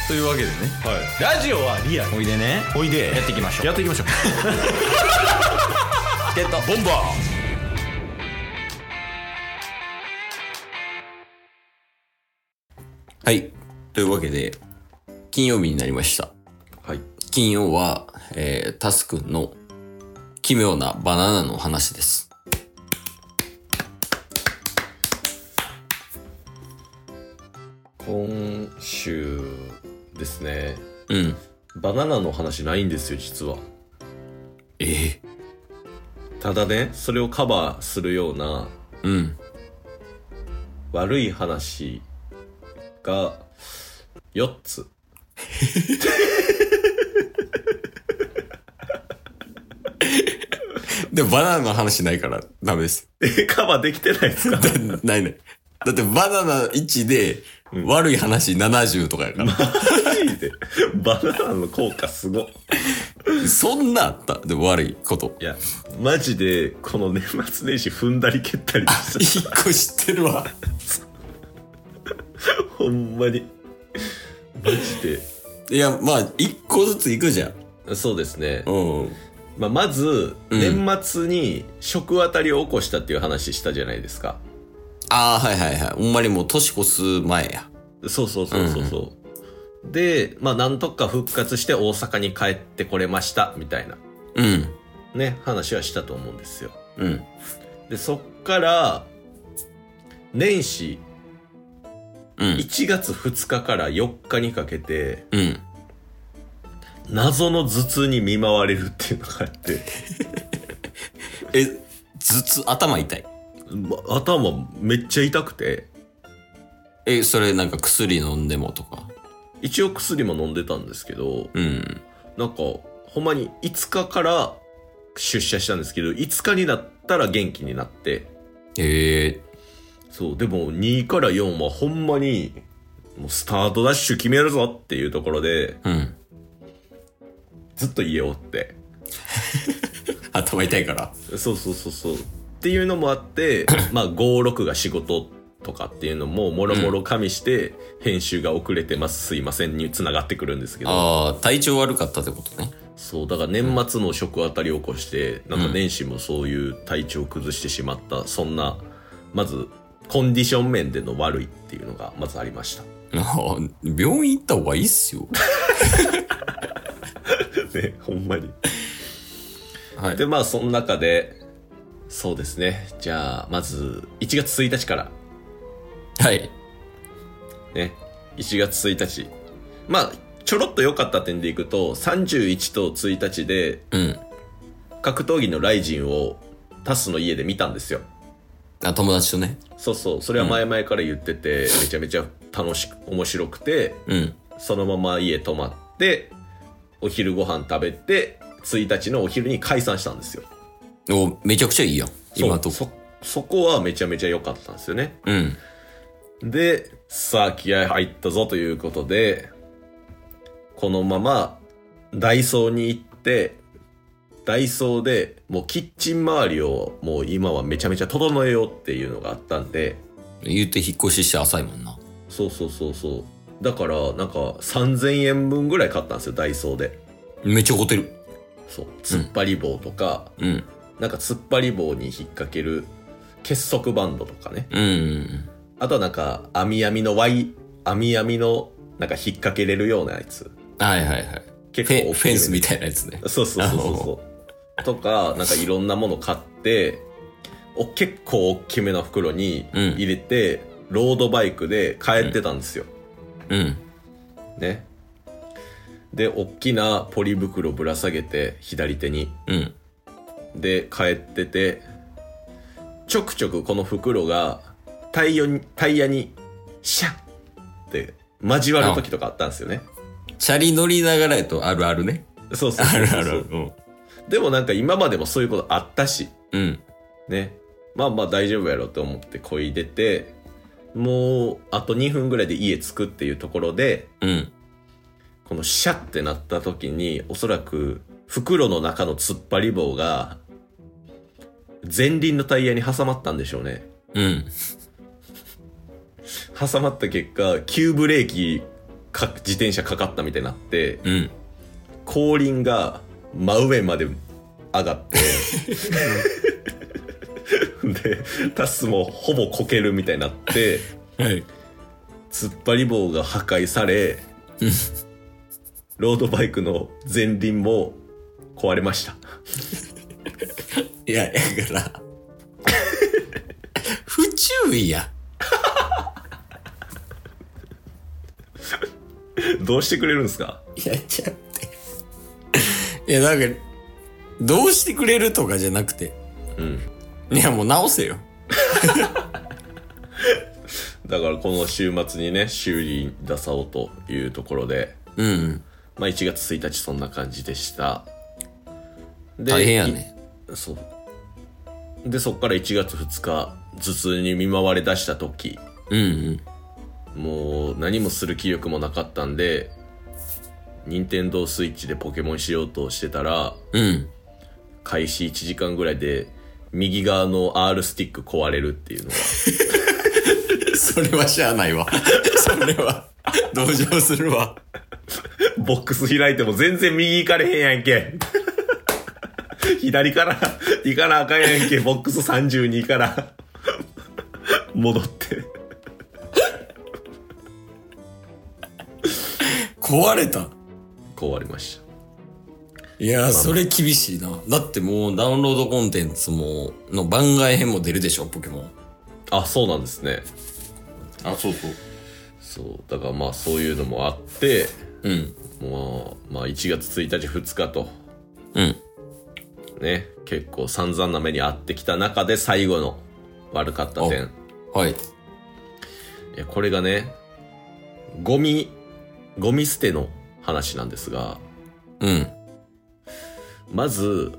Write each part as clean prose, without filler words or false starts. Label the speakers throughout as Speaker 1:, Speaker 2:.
Speaker 1: というわけでね、
Speaker 2: はい、ラジオはリアル。
Speaker 1: おいでね、
Speaker 2: おいで
Speaker 1: やっていきましょう。
Speaker 2: やっていきましょう
Speaker 1: ゲット
Speaker 2: ボンバ
Speaker 3: はい。というわけで、金曜日になりました。
Speaker 2: ー。はい。
Speaker 3: 金曜は、タスくんの奇妙なバナナの話です。
Speaker 2: 今週ですね。
Speaker 3: うん。
Speaker 2: バナナの話ないんですよ、実は。ただね、それをカバーするような
Speaker 3: うん。
Speaker 2: 悪い話が4つ。
Speaker 3: でもバナナの話ないからダメです。
Speaker 2: カバーできてないですか？
Speaker 3: ないね。だってバナナ1で悪い話70とかやから。
Speaker 2: マジでバナナの効果すごっ。
Speaker 3: そんなあったでも悪いこと。
Speaker 2: いや、マジでこの年末年始踏んだり蹴ったりし
Speaker 3: 1個知ってるわ。
Speaker 2: ほんまに。マジで。
Speaker 3: いや、まあ、1個ずついくじゃん。
Speaker 2: そうですね。
Speaker 3: うん。
Speaker 2: まず、年末に食あたりを起こしたっていう話したじゃないですか。
Speaker 3: ああ、はいはいはい。ほんまにもう年越す前や。
Speaker 2: そうそうそうそうそう。で、なんとか復活して大阪に帰ってこれました、みたいな。
Speaker 3: うん。
Speaker 2: ね、話はしたと思うんですよ。
Speaker 3: うん。
Speaker 2: で、そっから、年始、
Speaker 3: うん。
Speaker 2: 1月2日から4日にかけて、
Speaker 3: うん。
Speaker 2: 謎の頭痛に見舞われるっていうのがあって。
Speaker 3: 頭痛、頭痛い。
Speaker 2: 頭めっちゃ痛くて。
Speaker 3: それなんか薬飲んでもとか。
Speaker 2: 一応薬も飲んでたんですけど、
Speaker 3: うん。
Speaker 2: なんか、ほんまに5日から出社したんですけど、5日になったら元気になって。そう、でも2から4はほんまに、もうスタートダッシュ決めるぞっていうところで、
Speaker 3: うん。
Speaker 2: ずっと家を追って。
Speaker 3: 頭痛いから。
Speaker 2: そうそうそうそう。っていうのもあって、5、6が仕事とかっていうのも、もろもろ加味して、編集が遅れてます、すいませんに繋がってくるんですけど。
Speaker 3: ああ、体調悪かったってことね。
Speaker 2: そう、だから年末の食あたりを起こして、なんか年始もそういう体調を崩してしまった、そんな、まず、コンディション面での悪いっていうのが、まずありました。
Speaker 3: 病院行った方がいいっすよ。
Speaker 2: ね、ほんまに。
Speaker 3: はい。
Speaker 2: で、その中で、そうですね。じゃあ、まず、1月1日から。
Speaker 3: はい。
Speaker 2: ね。1月1日。ちょろっと良かった点でいくと、31と1日で、
Speaker 3: うん。
Speaker 2: 格闘技のライジンをタスの家で見たんですよ。
Speaker 3: 友達とね。
Speaker 2: そうそう。それは前々から言ってて、めちゃめちゃ面白くて、
Speaker 3: うん。
Speaker 2: そのまま家泊まって、お昼ご飯食べて、1日のお昼に解散したんですよ。
Speaker 3: めちゃくちゃいいやん。今と
Speaker 2: こ。そこはめちゃめちゃ良かったんですよね。
Speaker 3: うん。
Speaker 2: で、さあ気合入ったぞということで、このままダイソーに行って、ダイソーでもうキッチン周りをもう今はめちゃめちゃ整えようっていうのがあったんで。
Speaker 3: 言って引っ越しして浅いもんな。
Speaker 2: そうそうそうそう。だからなんか3000円分ぐらい買ったんですよ、ダイソーで。
Speaker 3: めっちゃ怒ってる。
Speaker 2: そう。突っ張り棒とか、
Speaker 3: うん。
Speaker 2: なんか突っ張り棒に引っ掛ける結束バンドとかね。
Speaker 3: うん。
Speaker 2: あとはなんか網網のなんか引っ掛けれるようなやつ。
Speaker 3: はいはいはい。
Speaker 2: 結構
Speaker 3: フェンスみたいなやつね。
Speaker 2: そうそうそうそう。とか、なんかいろんなもの買って、結構大きめの袋に入れて、ロードバイクで帰ってたんですよ。
Speaker 3: うん。
Speaker 2: ね。で、大きなポリ袋ぶら下げて、左手に。
Speaker 3: うん。
Speaker 2: で、帰ってて、ちょくちょくこの袋がタイヤにシャッって交わる時とかあったんですよね。
Speaker 3: チャリ乗りながらやとあるあるね。
Speaker 2: そうそうそうそう。
Speaker 3: あるある。うん。
Speaker 2: でもなんか今までもそういうことあったし。
Speaker 3: うん。
Speaker 2: ね。大丈夫やろと思って漕いでて、もうあと2分ぐらいで家着くっていうところで、
Speaker 3: うん。
Speaker 2: このシャッってなった時に、おそらく袋の中の突っ張り棒が前輪のタイヤに挟まったんでしょうね。
Speaker 3: うん。
Speaker 2: 挟まった結果、急ブレーキ自転車かかったみたいになって、
Speaker 3: うん。
Speaker 2: 後輪が真上まで上がってでタスもほぼこけるみたいになって、
Speaker 3: はい。
Speaker 2: 突っ張り棒が破壊されロードバイクの前輪も壊れました。
Speaker 3: いや、だから不注意や。
Speaker 2: どうしてくれるんですか？
Speaker 3: いや、ちゃって。いや、なんか、どうしてくれるとかじゃなくて。
Speaker 2: うん。
Speaker 3: いや、もう直せよ。
Speaker 2: だからこの週末にね、修理に出そうというところで、
Speaker 3: うん。
Speaker 2: まあ1月1日そんな感じでした。で
Speaker 3: 大変やね。
Speaker 2: そう。で、そっから1月2日、頭痛に見舞われ出した時、
Speaker 3: うん
Speaker 2: もう何もする気力もなかったんで、任天堂スイッチでポケモンしようとしてたら、
Speaker 3: うん。うん。
Speaker 2: 開始1時間ぐらいで、右側の R スティック壊れるっていうのが。
Speaker 3: それはしゃあないわ。それは、同情するわ。
Speaker 2: ボックス開いても全然右行かれへんやんけ。左から行かなあかんやんけ。ボックス32から戻って。
Speaker 3: 壊れた。
Speaker 2: 壊れました。
Speaker 3: いやー、それ厳しいな。だってもうダウンロードコンテンツも、の番外編も出るでしょ、ポケモン。
Speaker 2: あ、そうなんですね。
Speaker 3: あ、そうそう。
Speaker 2: そう。だからまあそういうのもあって、
Speaker 3: うん。
Speaker 2: もう、まあ1月1日2日と、
Speaker 3: うん。
Speaker 2: ね、結構散々な目に遭ってきた中で最後の悪かった点。
Speaker 3: はい。
Speaker 2: いや、これがね、ゴミ捨ての話なんですが、
Speaker 3: うん。
Speaker 2: まず、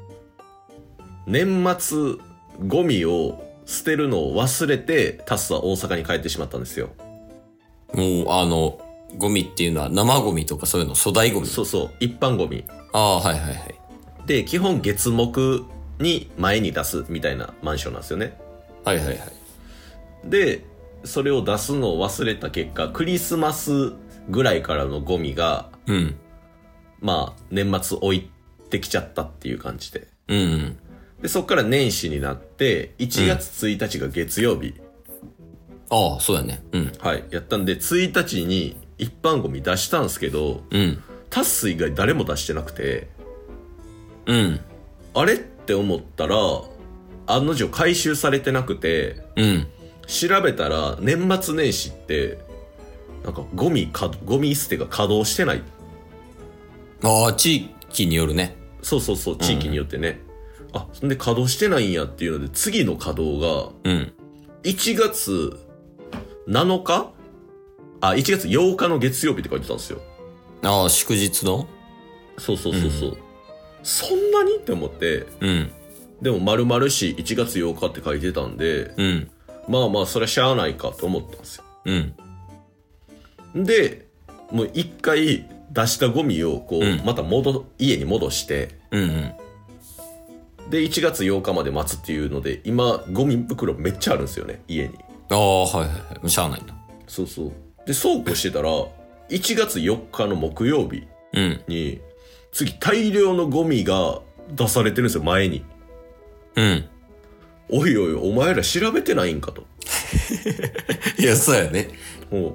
Speaker 2: 年末、ゴミを捨てるのを忘れて、タスは大阪に帰ってしまったんですよ。
Speaker 3: もう、ゴミっていうのは生ゴミとかそういうの、粗大ゴミ。
Speaker 2: そうそう、一般ゴミ。
Speaker 3: ああ、はいはいはい。
Speaker 2: で、基本月木に前に出すみたいなマンションなんですよね。
Speaker 3: はいはいはい。
Speaker 2: で、それを出すのを忘れた結果、クリスマスぐらいからのゴミが、
Speaker 3: うん。
Speaker 2: まあ、年末置いてきちゃったっていう感じで。
Speaker 3: うんうん。
Speaker 2: で、そっから年始になって、1月1日が月曜日。
Speaker 3: ああ、そうやね。うん。
Speaker 2: はい。やったんで、1日に一般ゴミ出したんですけど、
Speaker 3: うん。
Speaker 2: タス以外誰も出してなくて、
Speaker 3: うん。
Speaker 2: あれって思ったら、案の定回収されてなくて、
Speaker 3: うん。
Speaker 2: 調べたら年末年始って、なんかゴミ捨てが稼働してない。
Speaker 3: ああ、地域によるね。
Speaker 2: そうそうそう、地域によってね。あ、そんで稼働してないんやっていうので、次の稼働が、
Speaker 3: うん。
Speaker 2: 1月7日あ、1月8日の月曜日って書いてたんですよ。
Speaker 3: ああ、祝日の
Speaker 2: そうそうそうそう。そんなにって思って、
Speaker 3: うん。
Speaker 2: でも丸々し1月8日って書いてたんで、
Speaker 3: うん。
Speaker 2: まあまあそれはしゃあないかと思ったんですよ。
Speaker 3: うん。
Speaker 2: で、もう一回出したゴミをこう、
Speaker 3: うん
Speaker 2: また家に戻して、
Speaker 3: うんうん。
Speaker 2: で、1月8日まで待つっていうので、今、ゴミ袋めっちゃあるんですよね、家に。
Speaker 3: ああ、はいはいはい。しゃあないな。
Speaker 2: そうそう。で、そうこうしてたら、1月4日の木曜日
Speaker 3: うん。
Speaker 2: に、次大量のゴミが出されてるんですよ、前に。
Speaker 3: うん。
Speaker 2: おいおい、お前ら調べてないんかと。
Speaker 3: いや、そうやね。
Speaker 2: も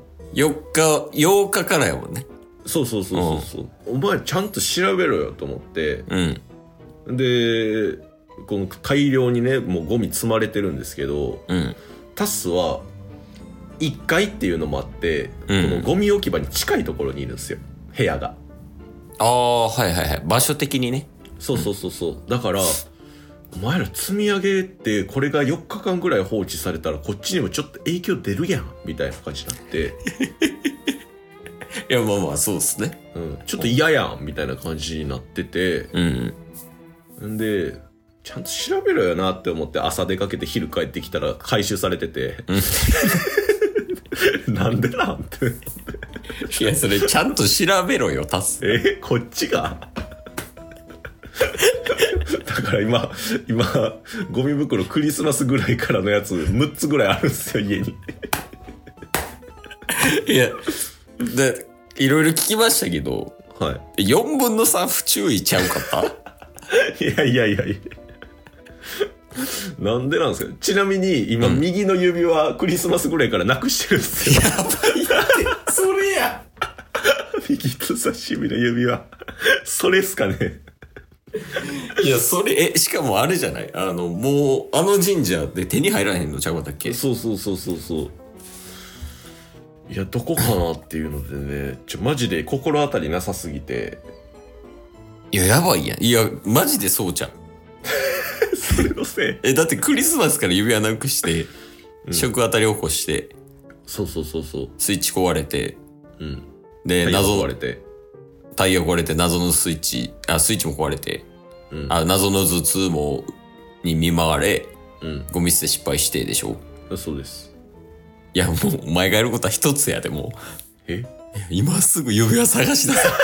Speaker 3: 8日からやもんね。
Speaker 2: う、そうそうそうそう。お前ちゃんと調べろよと思って、
Speaker 3: うん。
Speaker 2: で、この大量にね、もうゴミ積まれてるんですけど、
Speaker 3: うん。
Speaker 2: タスは、1階っていうのもあって、
Speaker 3: うん
Speaker 2: このゴミ置き場に近いところにいるんですよ、部屋が。
Speaker 3: ああ、はいはいはい。場所的にね。
Speaker 2: そうそうそうそう。だから、お前ら積み上げて、これが4日間ぐらい放置されたら、こっちにもちょっと影響出るやん、みたいな感じになって、
Speaker 3: いや、まあまあ、そうっすね。
Speaker 2: うん、ちょっと嫌やん、みたいな感じになってて、
Speaker 3: うん。
Speaker 2: んで、ちゃんと調べろよなって思って朝出かけて昼帰ってきたら回収されてて、なんでなんて。
Speaker 3: いや、それちゃんと調べろよ、タス。
Speaker 2: こっちがだから今、ゴミ袋クリスマスぐらいからのやつ6つぐらいあるんですよ、家に。
Speaker 3: いや、で、 いろいろ聞きましたけど、
Speaker 2: は
Speaker 3: 4分の3不注意ちゃうかった
Speaker 2: い。いや。なんでなんですか？ちなみに、今、右の指輪、クリスマスぐらいからなくしてるんですよ。
Speaker 3: やばいって、それや。
Speaker 2: 右人差し指の指輪。それっすかね。
Speaker 3: いや、それ、しかもあれじゃない？もう、あの神社で手に入らへんのちゃうかったっけ？
Speaker 2: そう。いや、どこかなっていうのでね、マジで心当たりなさすぎて。
Speaker 3: いや、やばいやん。いや、マジでそうちゃう。
Speaker 2: それのせい。
Speaker 3: だってクリスマスから指輪なくして、食当たり起こして、
Speaker 2: そう。
Speaker 3: スイッチ壊れて、で、
Speaker 2: 壊れて。
Speaker 3: タイヤ壊れて、謎のスイッチも壊れて、謎の頭痛に見舞われ、ゴミ捨て失敗してでしょ？
Speaker 2: そうです。
Speaker 3: いや、もう、お前がやることは一つやで、もう。
Speaker 2: え？
Speaker 3: 今すぐ指輪探しなさい。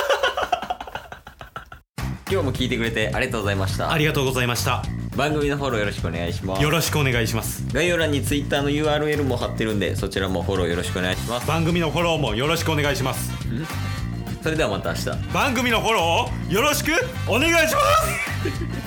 Speaker 3: 今日も聞いてくれてありがとうございました。
Speaker 1: ありがとうございました。
Speaker 3: 番組のフォローよろしくお願いします。
Speaker 1: よろしくお願いします。
Speaker 3: 概要欄に Twitter の URL も貼ってるんで、そちらもフォローよろしくお願いします。
Speaker 1: 番組のフォローもよろしくお願いします。
Speaker 3: それではまた明日。
Speaker 1: 番組のフォローをよろしくお願いします。